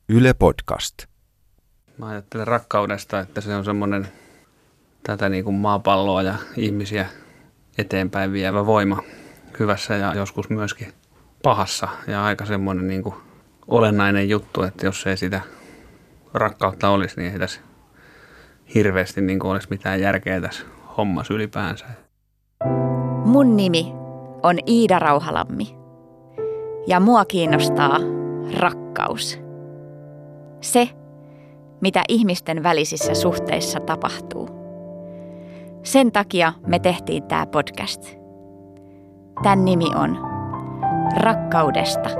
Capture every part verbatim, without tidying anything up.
Yle Podcast. Mä ajattelen rakkaudesta, että se on semmoinen tätä niin kuin maapalloa ja ihmisiä eteenpäin vievä voima hyvässä ja joskus myöskin pahassa. Ja aika semmoinen niin kuin olennainen juttu, että jos ei sitä rakkautta olisi, niin ei tässä hirveästi niin kuin olisi mitään järkeä tässä hommassa ylipäänsä. Mun nimi on Iida Rauhalammi ja mua kiinnostaa rakkaus. Se, mitä ihmisten välisissä suhteissa tapahtuu. Sen takia me tehtiin tää podcast. Tän nimi on Rakkaudesta.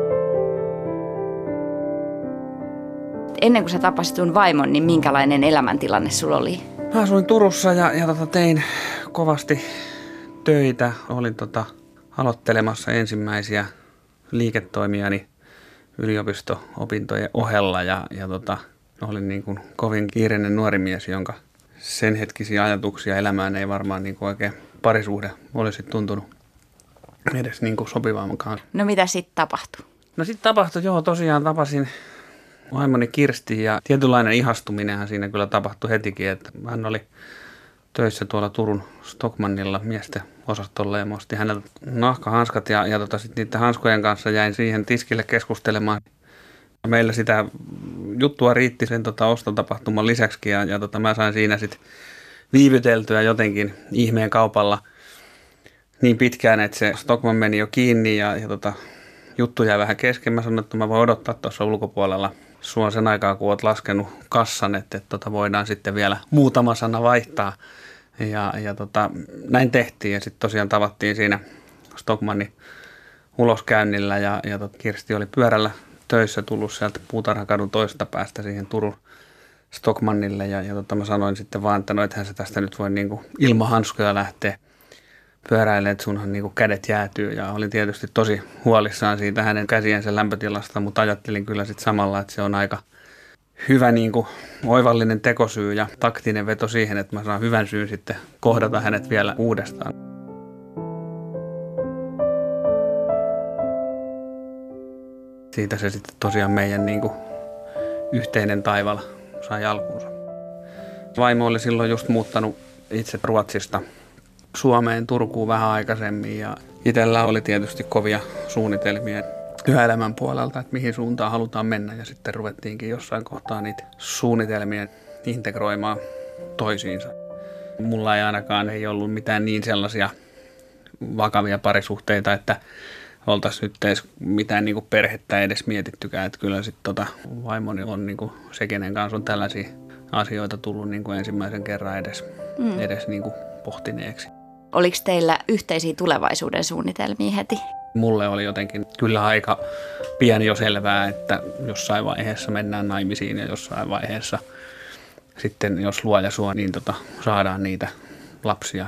Ennen kuin sä tapasit sun vaimon, niin minkälainen elämäntilanne sulla oli? Mä asuin Turussa ja, ja tota, tein kovasti töitä. Olin tota, aloittelemassa ensimmäisiä liiketoimiani yliopisto-opintojen ohella ja, ja tota, olin niin kuin kovin kiireinen nuori mies, jonka sen hetkisiä ajatuksia elämään ei varmaan niin kuin oikein parisuhde olisi tuntunut edes niin kuin sopivammankaan. No mitä sitten tapahtui? No sitten tapahtui, joo tosiaan tapasin vaimoni Kirsti ja tietynlainen ihastuminenhan siinä kyllä tapahtui hetikin, että hän oli töissä tuolla Turun Stockmannilla miesten osastolla ja mä ostin häneltä nahkahanskat ja, ja tota, sitten niiden hanskojen kanssa jäin siihen tiskille keskustelemaan. Meillä sitä juttua riitti sen tota, ostotapahtuman lisäksi ja, ja tota, mä sain siinä sitten viivyteltyä jotenkin ihmeen kaupalla niin pitkään, että se Stockmann meni jo kiinni ja, ja tota, juttu jäi vähän kesken. Mä sanoin, että mä voin odottaa tuossa ulkopuolella sua sen aikaa, kun oot laskenut kassan, että, että tota, voidaan sitten vielä muutama sana vaihtaa. Ja, ja tota, näin tehtiin ja sitten tosiaan tavattiin siinä Stockmannin uloskäynnillä ja, ja tot, Kirsti oli pyörällä töissä tullut sieltä Puutarhakadun toista päästä siihen Turun Stockmannille ja, ja tota, mä sanoin sitten vaan, että no ethän se tästä nyt voi niinku ilman hanskoja lähteä pyöräilemään, että sunhan niinku kädet jäätyy ja olin tietysti tosi huolissaan siitä hänen käsiensä lämpötilasta, mutta ajattelin kyllä sitten samalla, että se on aika hyvä niinku oivallinen tekosyy ja taktinen veto siihen, että mä saan hyvän syyn sitten kohdata hänet vielä uudestaan. Siitä se sitten tosiaan meidän niinku yhteinen taival sai alkuunsa. Vaimo oli silloin just muuttanut itse Ruotsista Suomeen, Turkuun vähän aikaisemmin ja itsellä oli tietysti kovia suunnitelmia työelämän puolelta, että mihin suuntaan halutaan mennä ja sitten ruvettiinkin jossain kohtaa niitä suunnitelmia integroimaan toisiinsa. Mulla ei ainakaan ei ollut mitään niin sellaisia vakavia parisuhteita, että oltaisiin nyt edes mitään niin kuin perhettä edes mietittykään, että kyllä sitten tota vaimoni on niin kuin se, kenen kanssa on tällaisia asioita tullut niin kuin ensimmäisen kerran edes, mm. edes niin kuin pohtineeksi. Oliko teillä yhteisiä tulevaisuuden suunnitelmia heti? Mulle oli jotenkin kyllä aika pian jo selvää, että jossain vaiheessa mennään naimisiin ja jossain vaiheessa sitten, jos luoja suo, niin tota, saadaan niitä lapsia.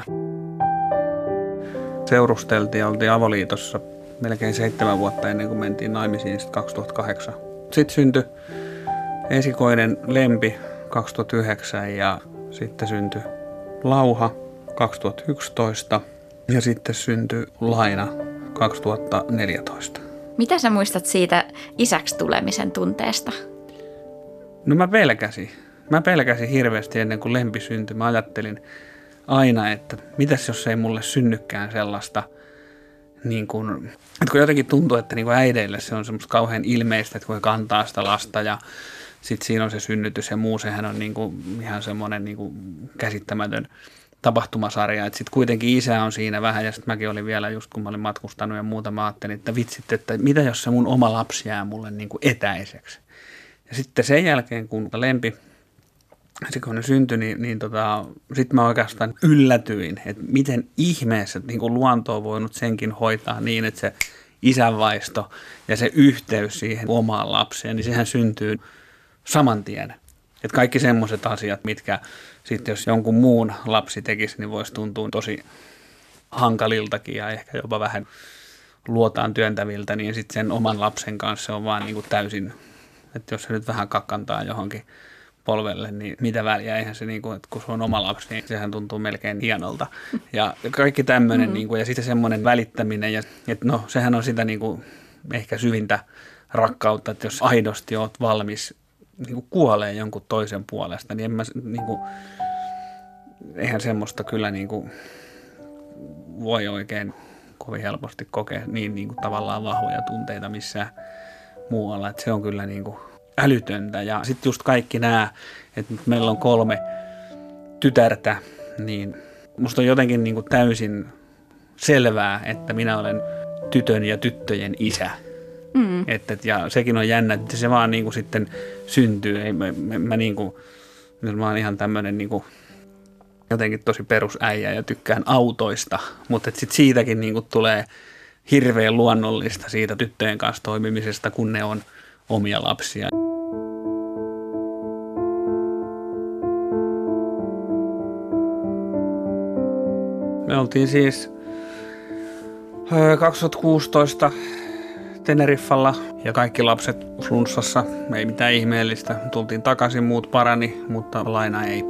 Seurusteltiin ja oltiin avoliitossa melkein seitsemän vuotta ennen kuin mentiin naimisiin sitten kaksituhattakahdeksan. Sitten syntyi esikoinen Lempi kaksituhattayhdeksän ja sitten syntyi Lauha kaksituhattayksitoista ja sitten syntyi Laina kaksituhattaneljätoista. Mitä sä muistat siitä isäksi tulemisen tunteesta? No mä pelkäsin. Mä pelkäsin hirveästi ennen kuin Lempi syntyi. Mä ajattelin aina, että mitäs jos ei mulle synnykään sellaista, niin kun, että kun jotenkin tuntuu, että niin kuin äideille se on semmoista kauhean ilmeistä, että voi kantaa sitä lasta ja sitten siinä on se synnytys ja muu, sehän on niin kuin ihan semmoinen niin kuin käsittämätön tapahtumasarja, että sitten kuitenkin isä on siinä vähän ja sitten mäkin olin vielä just kun mä olin matkustanut ja muuta, mä ajattelin, että vitsit, että mitä jos se mun oma lapsi jää mulle niin kuin etäiseksi. Ja sitten sen jälkeen, kun Lempi, se kun ne syntyi, niin, niin tota, sitten mä oikeastaan yllätyin, että miten ihmeessä niin kuin luonto on voinut senkin hoitaa niin, että se isänvaisto ja se yhteys siihen omaan lapseen, niin sehän syntyy saman tien. Että kaikki semmoiset asiat, mitkä sitten jos jonkun muun lapsi tekisi, niin voisi tuntua tosi hankaliltakin ja ehkä jopa vähän luotaan työntäviltä, niin sitten sen oman lapsen kanssa se on vaan niin kuin täysin, että jos se nyt vähän kakkantaa johonkin polvelle, niin mitä väliä, eihän se niin kuin, että kun se on oma lapsi, niin sehän tuntuu melkein hienolta. Ja kaikki tämmöinen, mm-hmm. niin kuin, ja sitten semmoinen välittäminen, ja että no sehän on sitä niin kuin ehkä syvintä rakkautta, että jos aidosti oot valmis niin kuin kuolee jonkun toisen puolesta, niin, en mä, niin kuin, eihän semmoista kyllä niin kuin voi oikein kovin helposti kokea niin, niin kuin tavallaan vahvoja tunteita missään muualla. Että se on kyllä niin kuin älytöntä. Ja sitten just kaikki nämä, että meillä on kolme tytärtä, niin musta on jotenkin niin kuin täysin selvää, että minä olen tytön ja tyttöjen isä. Mm. Et, et, ja sekin on jännä, että se vaan niin kuin sitten syntyy. Ei, mä, mä, mä, niin kuin, mä oon ihan tämmöinen niin kuin jotenkin tosi perusäijä ja tykkään autoista, mutta sitten siitäkin niin kuin tulee hirveän luonnollista siitä tyttöjen kanssa toimimisesta, kun ne on omia lapsia. Me oltiin siis kaksituhattakuusitoista Teneriffalla ja kaikki lapset flunssassa. Ei mitään ihmeellistä. Tultiin takaisin, muut parani, mutta laina ei.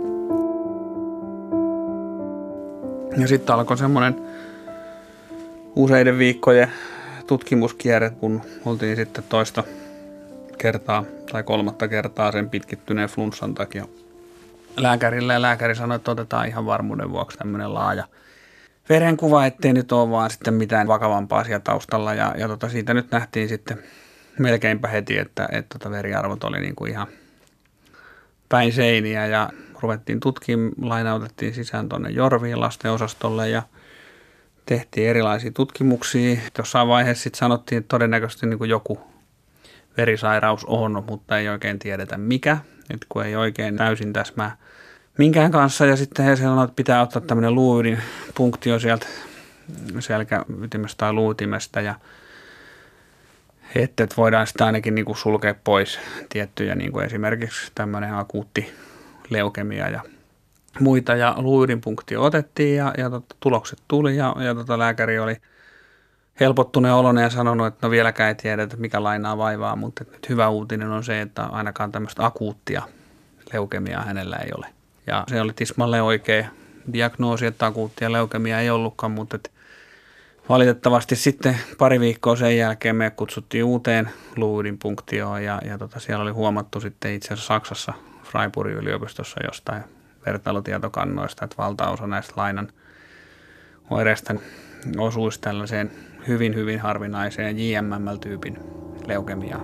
Ja sitten alkoi semmoinen useiden viikkojen tutkimuskierre, kun oltiin sitten toista kertaa tai kolmatta kertaa sen pitkittyneen flunssan takia lääkärillä. Ja lääkäri sanoi, että otetaan ihan varmuuden vuoksi tämmöinen laaja verenkuva, ettei nyt ole vaan sitten mitään vakavampaa asiaa taustalla. Ja, ja tota, siitä nyt nähtiin sitten melkeinpä heti, että, että tota veriarvot oli niin kuin ihan päin seiniä ja ruvettiin tutkimaan, lainautettiin sisään tuonne Jorviin lastenosastolle ja tehtiin erilaisia tutkimuksia. Jossain vaiheessa sitten sanottiin, että todennäköisesti niin kuin joku verisairaus on, mutta ei oikein tiedetä mikä, että kun ei oikein täysin täsmää minkään kanssa. Ja sitten he sanoivat, että pitää ottaa tämmöinen luuydinpunktio sieltä selkäytimestä tai luutimestä ja että voidaan sitä ainakin niin kuin sulkea pois tiettyjä, niin kuin esimerkiksi tämmöinen akuutti leukemia ja muita. Ja luuydinpunktio otettiin ja, ja tota, tulokset tuli ja, ja tota, lääkäri oli helpottuneen oloinen ja sanonut, että no vieläkään ei tiedä, että mikä lainaa vaivaa, mutta nyt hyvä uutinen on se, että ainakaan tämmöistä akuuttia leukemiaa hänellä ei ole. Ja se oli tismalleen oikea diagnoosi, että akuuttia leukemia ei ollutkaan, mutta et valitettavasti sitten pari viikkoa sen jälkeen me kutsuttiin uuteen luuydinpunktioon ja, ja tota, siellä oli huomattu sitten itse asiassa Saksassa Freiburgin yliopistossa jostain vertailutietokannoista, että valtaosa näistä lainan oireista osuisi tällaiseen hyvin, hyvin harvinaiseen J M M L-tyypin leukemiaan.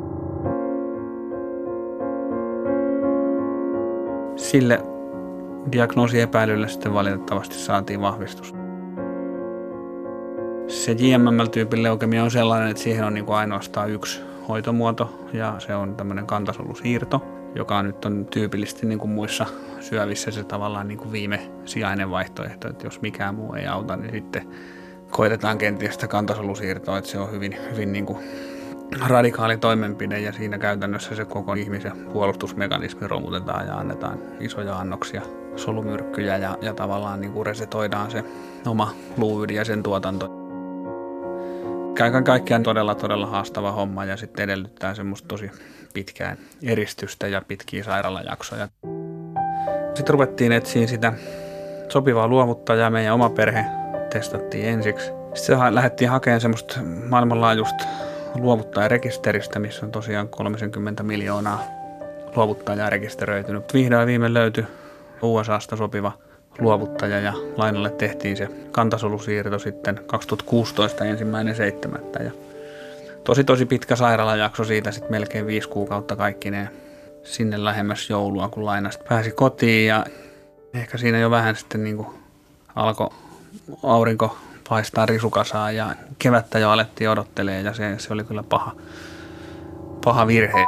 Sille diagnoosiepäilylle sitten valitettavasti saatiin vahvistus. Se J M M L-tyypin leukemia on sellainen, että siihen on niin kuin ainoastaan yksi hoitomuoto ja se on tämmöinen kantasolusiirto, joka nyt on tyypillisesti niin kuin muissa syövissä se tavallaan niin kuin viimesijainen vaihtoehto, että jos mikään muu ei auta, niin sitten koitetaan kenties sitä kantasolusiirtoa, että se on hyvin, hyvin niin kuin radikaali toimenpide ja siinä käytännössä se koko ihmisen puolustusmekanismi romutetaan ja annetaan isoja annoksia solumyrkkyjä ja, ja tavallaan niin kuin resetoidaan se oma luuydi ja sen tuotanto. Kaiken kaikkiaan todella, todella haastava homma ja sitten edellyttää semmoista tosi pitkään eristystä ja pitkiä sairaalajaksoja. Sitten ruvettiin etsiä sitä sopivaa luovuttajaa. Meidän oma perhe testattiin ensiksi. Sitten lähdettiin hakemaan semmoista maailmanlaajuista luovuttajarekisteristä, missä on tosiaan kolmekymmentä miljoonaa luovuttajaa rekisteröitynyt. Vihdoin viime löytyi U S A:sta sopiva luovuttaja ja lainalle tehtiin se kantasolusiirto sitten kaksituhattakuusitoista ensimmäinen seitsemättä. Ja tosi tosi pitkä sairaalajakso siitä sitten melkein viisi kuukautta kaikkineen sinne lähemmäs joulua, kun lainasta pääsi kotiin ja ehkä siinä jo vähän sitten niin kuin alkoi aurinko paistaa risukasaa ja kevättä jo alettiin odottelemaan ja se, se oli kyllä paha, paha virhe.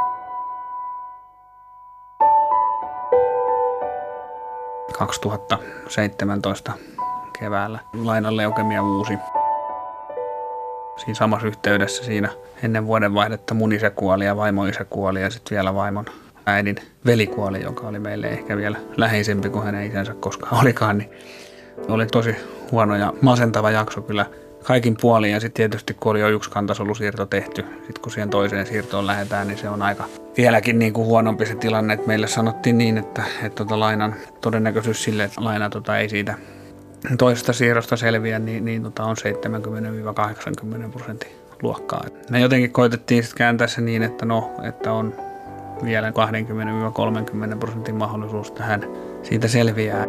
kaksituhattaseitsemäntoista keväällä lainan leukemia uusi. Siinä samassa yhteydessä siinä ennen vuodenvaihdetta mun isä kuoli ja vaimon isä kuoli ja sitten vielä vaimon äidin veli kuoli, joka oli meille ehkä vielä läheisempi kuin hänen isänsä koskaan olikaan. Niin oli tosi huono ja masentava jakso kyllä kaikin puolin ja sitten tietysti kun oli jo yksi kantasolusiirto tehty, sitten kun siihen toiseen siirtoon lähdetään, niin se on aika vieläkin niin kuin huonompi se tilanne, että meille sanottiin niin, että, että tota lainan todennäköisyys sille, että laina tota ei siitä toisesta siirrosta selviä, niin, niin tota on seitsemänkymmentä kahdeksankymmentä prosentin luokkaa. Me jotenkin koitettiin sitten kääntää se niin, että no, että on vielä kaksikymmentä kolmekymmentä prosentin mahdollisuus tähän siitä selviää.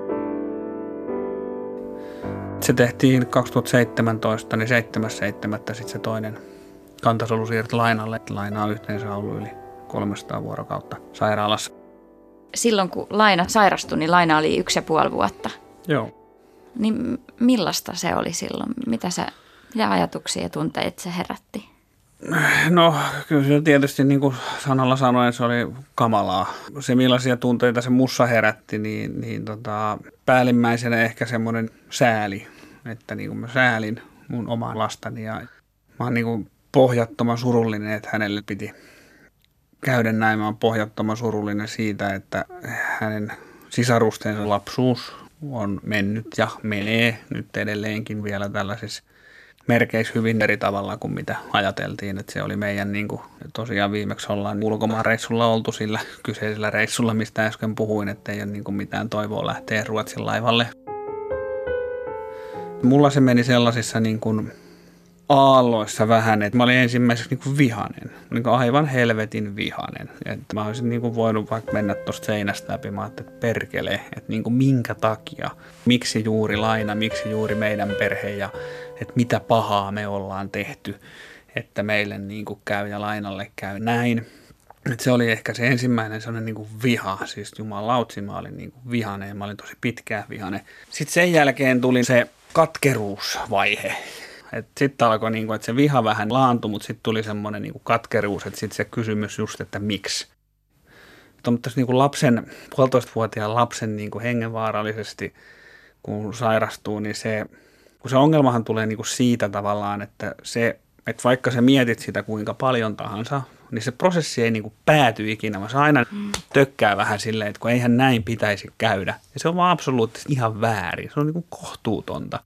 Se tehtiin kaksituhattaseitsemäntoista, niin seitsemäs seitsemättä sitten se toinen kantasolusiirto lainalle. Laina on yhteensä ollut yli kolmesataa vuorokautta sairaalassa. Silloin kun Laina sairastui, niin Laina oli yksi ja puoli vuotta. Joo. Niin millaista se oli silloin? Mitä, sä, mitä ajatuksia ja tunteita se herätti? No kyllä se tietysti niin kuin sanalla sanoen se oli kamalaa. Se millaisia tunteita se mussa herätti, niin, niin tota, päällimmäisenä ehkä semmoinen sääli, että niin kuin mä säälin mun omaa lastani ja mä oon niin kuin pohjattoman surullinen, että hänelle piti käydä näin. Mä oon pohjattoman surullinen siitä, että hänen sisarustensa lapsuus on mennyt ja menee nyt edelleenkin vielä tällaisissa merkeissä hyvin eri tavalla kuin mitä ajateltiin, että se oli meidän, niin kuin, tosiaan viimeksi ollaan ulkomaanreissulla oltu sillä kyseisellä reissulla, mistä äsken puhuin, että ei ole niin kuin mitään toivoa lähteä Ruotsin laivalle. Mulla se meni sellaisissa niin kuin aalloissa vähän, että mä olin ensimmäiseksi niin kuin vihanen, niin kuin aivan helvetin vihanen. Että mä olisin niin kuin voinut vaikka mennä tuosta seinästä läpi, mä ajattelin, että perkele, että niin kuin minkä takia, miksi juuri Laina, miksi juuri meidän perhe ja että mitä pahaa me ollaan tehty, että meille niin kuin käy ja Lainalle käy näin. Että se oli ehkä se ensimmäinen sellainen niin kuin viha, siis jumalautsi, mä olin niin kuin vihanen ja mä olin tosi pitkään vihanen. Sitten sen jälkeen tuli se katkeruusvaihe. Sitten alkoi, niin kuin, että se viha vähän laantui, mutta sitten tuli semmoinen niin kuin katkeruus, että sitten se kysymys just, että miksi. Mutta niin kuin lapsen, puolitoistavuotiaan lapsen niin kuin hengenvaarallisesti, kun sairastuu, niin se, kun se ongelmahan tulee niin kuin siitä tavallaan, että, se, että vaikka sä mietit sitä kuinka paljon tahansa, niin se prosessi ei niin kuin pääty ikinä, vaan se aina tökkää vähän silleen, että kun eihän näin pitäisi käydä. Ja se on vaan absoluuttisesti ihan väärin, se on niin kuin kohtuutonta.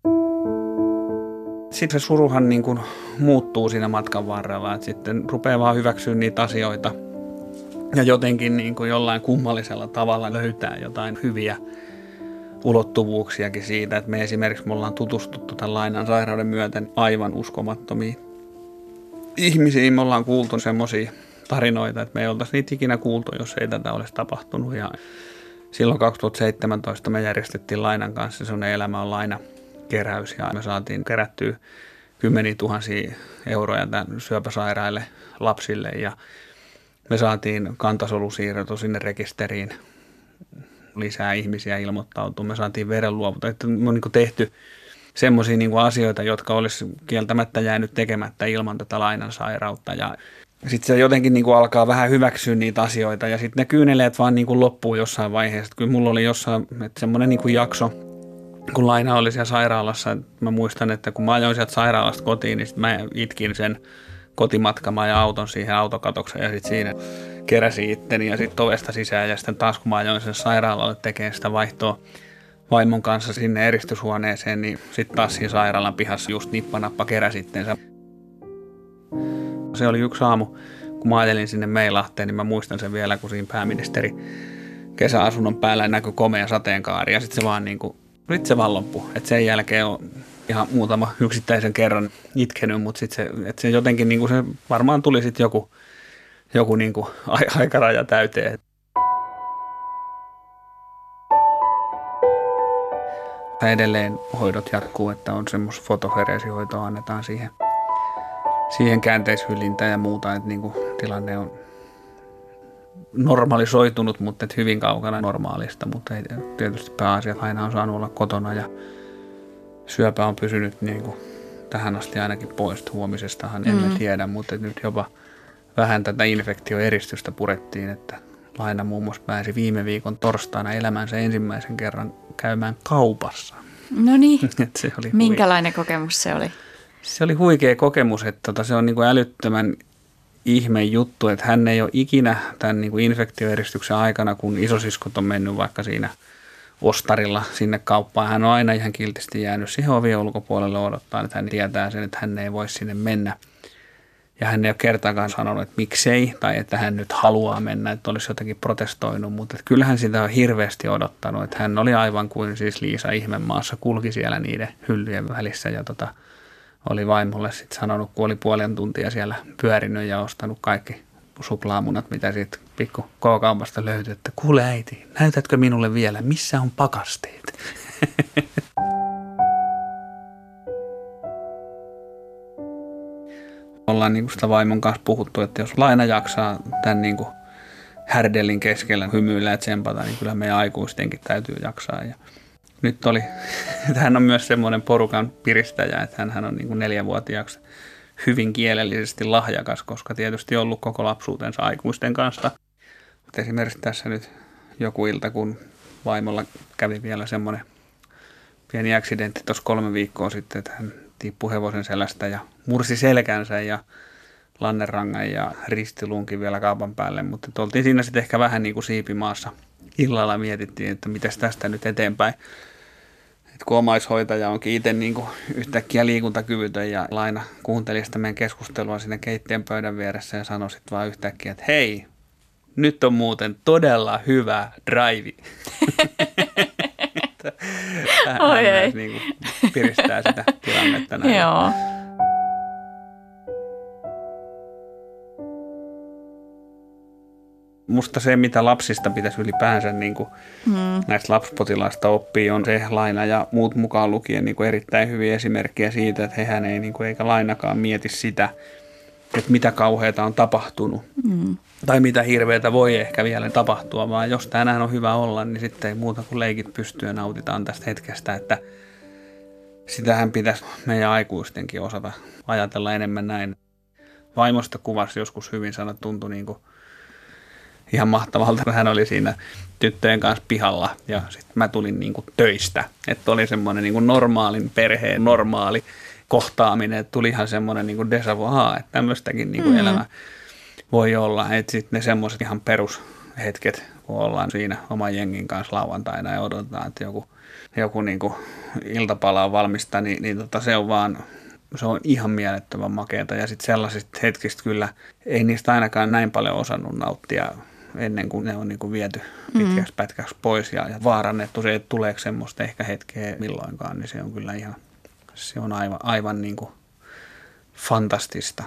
Sitten se suruhan niin kuin muuttuu siinä matkan varrella, että sitten rupeaa vaan hyväksyä niitä asioita ja jotenkin niin kuin jollain kummallisella tavalla löytää jotain hyviä ulottuvuuksiakin siitä, että me esimerkiksi me ollaan tutustuttu tämän Lainan sairauden myötä aivan uskomattomiin ihmisiin. Me ollaan kuultu semmoisia tarinoita, että me ei oltaisi niitä ikinä kuultu, jos ei tätä olisi tapahtunut. Ja silloin kaksituhattaseitsemäntoista me järjestettiin Lainan kanssa semmoinen Elämä on Laina keräys ja me saatiin kerättyä kymmeniä tuhansia euroja tämän syöpäsairaille lapsille ja me saatiin kantasolusiirto sinne rekisteriin, lisää ihmisiä ilmoittautua, me saatiin verenluovuta, että me on niin kuin tehty semmoisia niin kuin asioita, jotka olisi kieltämättä jäänyt tekemättä ilman tätä Lainan sairautta ja sitten se jotenkin niin kuin alkaa vähän hyväksyä niitä asioita ja sitten ne kyyneleet vaan niin kuin loppuu jossain vaiheessa. Kyllä mulla oli jossain semmoinen niin kuin jakso, kun Laina oli siellä sairaalassa, mä muistan, että kun mä ajoin sieltä sairaalasta kotiin, niin sit mä itkin sen kotimatkan, mä ajoin auton siihen autokatokseen ja sitten siinä keräsin itteni ja sitten ovesta sisään ja sitten taas kun mä ajoin sen sairaalalle tekemään sitä vaihtoa vaimon kanssa sinne eristyshuoneeseen, niin sitten taas siinä sairaalan pihassa just nippanappa keräsi itteensä. Se oli yksi aamu, kun mä ajelin sinne Meilahteen, niin mä muistan sen vielä, kun siinä pääministeri kesäasunnon päällä näkyi komea sateenkaari ja sitten se vaan niin kuin sitten se vaan loppui. Et sen jälkeen on ihan muutama yksittäisen kerran itkenyt, mutta sitten se, et se jotenkin niinku se varmaan tuli sitten joku, joku niinku aikaraja täyteen. Edelleen hoidot jatkuu, että on semmoista fotofereesihoitoa annetaan siihen, siihen käänteishylintään ja muuta, että niinku tilanne on normalisoitunut, mutta et hyvin kaukana normaalista, mutta ei, tietysti pääasia aina on saanut olla kotona ja syöpä on pysynyt niin kuin tähän asti ainakin pois. Huomisestahan emme mm. tiedä, mutta nyt jopa vähän tätä infektioeristystä purettiin, että Laina muun muassa pääsi viime viikon torstaina elämänsä ensimmäisen kerran käymään kaupassa. No niin, se oli minkälainen kokemus se oli? Se oli huikea kokemus, että tota, se on niin kuin älyttömän ihme juttu, että hän ei ole ikinä tämän niin kuin infektioeristyksen aikana, kun isosiskot on mennyt vaikka siinä ostarilla sinne kauppaan. Hän on aina ihan kiltisti jäänyt siihen ovien ulkopuolelle odottaa, että hän tietää sen, että hän ei voi sinne mennä. Ja hän ei ole kertaakaan sanonut, että miksei, tai että hän nyt haluaa mennä, että olisi jotenkin protestoinut, mutta että kyllähän sitä on hirveästi odottanut, että hän oli aivan kuin siis Liisa Ihmemaassa, kulki siellä niiden hyllyjen välissä ja tota, oli vaimolle sitten sanonut, kun oli puolen tuntia siellä pyörinyt ja ostanut kaikki suklaamunat, mitä siitä pikku K-kaupasta löytyi, että kuule äiti, näytätkö minulle vielä, missä on pakasteet? Ollaan niin kuin sitä vaimon kanssa puhuttu, että jos Laina jaksaa tämän niin kuin härdellin keskellä hymyillä ja tsempata, niin kyllä meidän aikuistenkin täytyy jaksaa. Ja nyt oli, että hän on myös semmoinen porukan piristäjä, että hän on niin kuin neljävuotiaaksi hyvin kielellisesti lahjakas, koska tietysti ollut koko lapsuutensa aikuisten kanssa. Mutta esimerkiksi tässä nyt joku ilta, kun vaimolla kävi vielä semmoinen pieni accidentti tuossa kolme viikkoa sitten, että hän tippui hevosen selästä ja mursi selkänsä ja lannerangan ja ristilunkin vielä kaupan päälle, mutta oltiin siinä sitten ehkä vähän niin kuin siipimaassa. Illalla mietittiin, että mitäs tästä nyt eteenpäin. Et kun omaishoitaja onkin itse niin kuin yhtäkkiä liikuntakyvytön ja Laina kuunteli sitä meidän keskustelua siinä keittiön pöydän vieressä ja sanoi sitten vaan yhtäkkiä, että hei, nyt on muuten todella hyvä drive. Hän myös niin kuin piristää sitä tilannetta näin. Joo. Musta se, mitä lapsista pitäisi ylipäänsä niin kuin mm. näistä lapsipotilaista oppia, on se Laina ja muut mukaan lukien niin kuin erittäin hyviä esimerkkejä siitä, että hehän ei niin kuin, eikä Lainakaan mieti sitä, että mitä kauheata on tapahtunut. Mm. Tai mitä hirveätä voi ehkä vielä tapahtua, vaan jos tänään on hyvä olla, niin sitten ei muuta kuin leikit pystyy ja nautitaan tästä hetkestä, että sitähän pitäisi meidän aikuistenkin osata ajatella enemmän näin. Vaimosta kuvasi joskus hyvin sanat, tuntui niin kuin ihan mahtavalta, kun hän oli siinä tyttöjen kanssa pihalla ja sitten mä tulin niin kuin töistä. Että oli semmoinen niin kuin normaalin perheen normaali kohtaaminen, että tuli ihan semmoinen niin kuin déjà vu, ahaa, että tämmöistäkin niin kuin mm. elämä voi olla. Että sitten ne semmoiset ihan perushetket, kun ollaan siinä oman jengin kanssa lauantaina ja odotetaan, että joku, joku niin kuin iltapala on valmista, niin, niin tota, se on vaan, se on ihan mielettömän makeata. Ja sitten sellaisista hetkistä kyllä ei niistä ainakaan näin paljon osannut nauttia ennen kuin ne on niin kuin viety pitkäksi mm. pätkäksi pois ja, ja vaarannettu se, että tuleeko semmoista ehkä hetkeä milloinkaan, niin se on kyllä ihan, se on aivan, aivan niin kuin fantastista.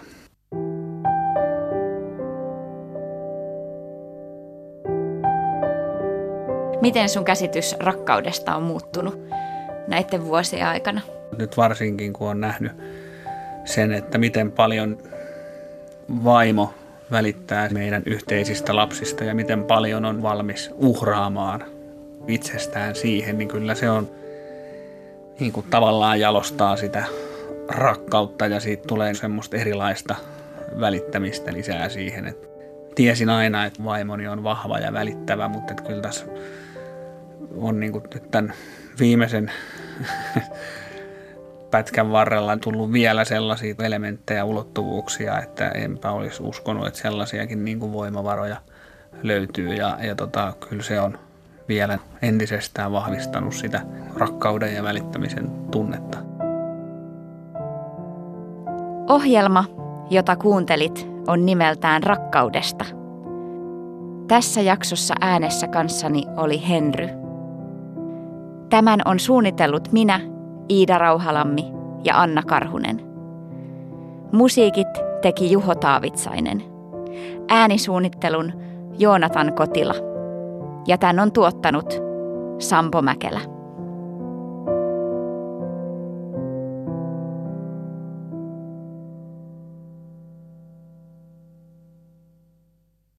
Miten sun käsitys rakkaudesta on muuttunut näiden vuosien aikana? Nyt varsinkin, kun on nähnyt sen, että miten paljon vaimo välittää meidän yhteisistä lapsista ja miten paljon on valmis uhraamaan itsestään siihen, niin kyllä se on niin kuin tavallaan jalostaa sitä rakkautta ja siitä tulee semmoista erilaista välittämistä lisää siihen. Et tiesin aina, että vaimoni on vahva ja välittävä, mutta et kyllä tässä on niin kuin nyt tämän viimeisen pätkän varrella tullut vielä sellaisia elementtejä ja ulottuvuuksia, että enpä olisi uskonut, että sellaisiakin niin kuin voimavaroja löytyy. Ja, ja tota, kyllä se on vielä entisestään vahvistanut sitä rakkauden ja välittämisen tunnetta. Ohjelma, jota kuuntelit, on nimeltään Rakkaudesta. Tässä jaksossa äänessä kanssani oli Henry. Tämän on suunnitellut minä, Iida Rauhalammi ja Anna Karhunen. Musiikit teki Juho Taavitsainen. Äänisuunnittelun Joonatan Kotila. Ja tän on tuottanut Sampo Mäkelä.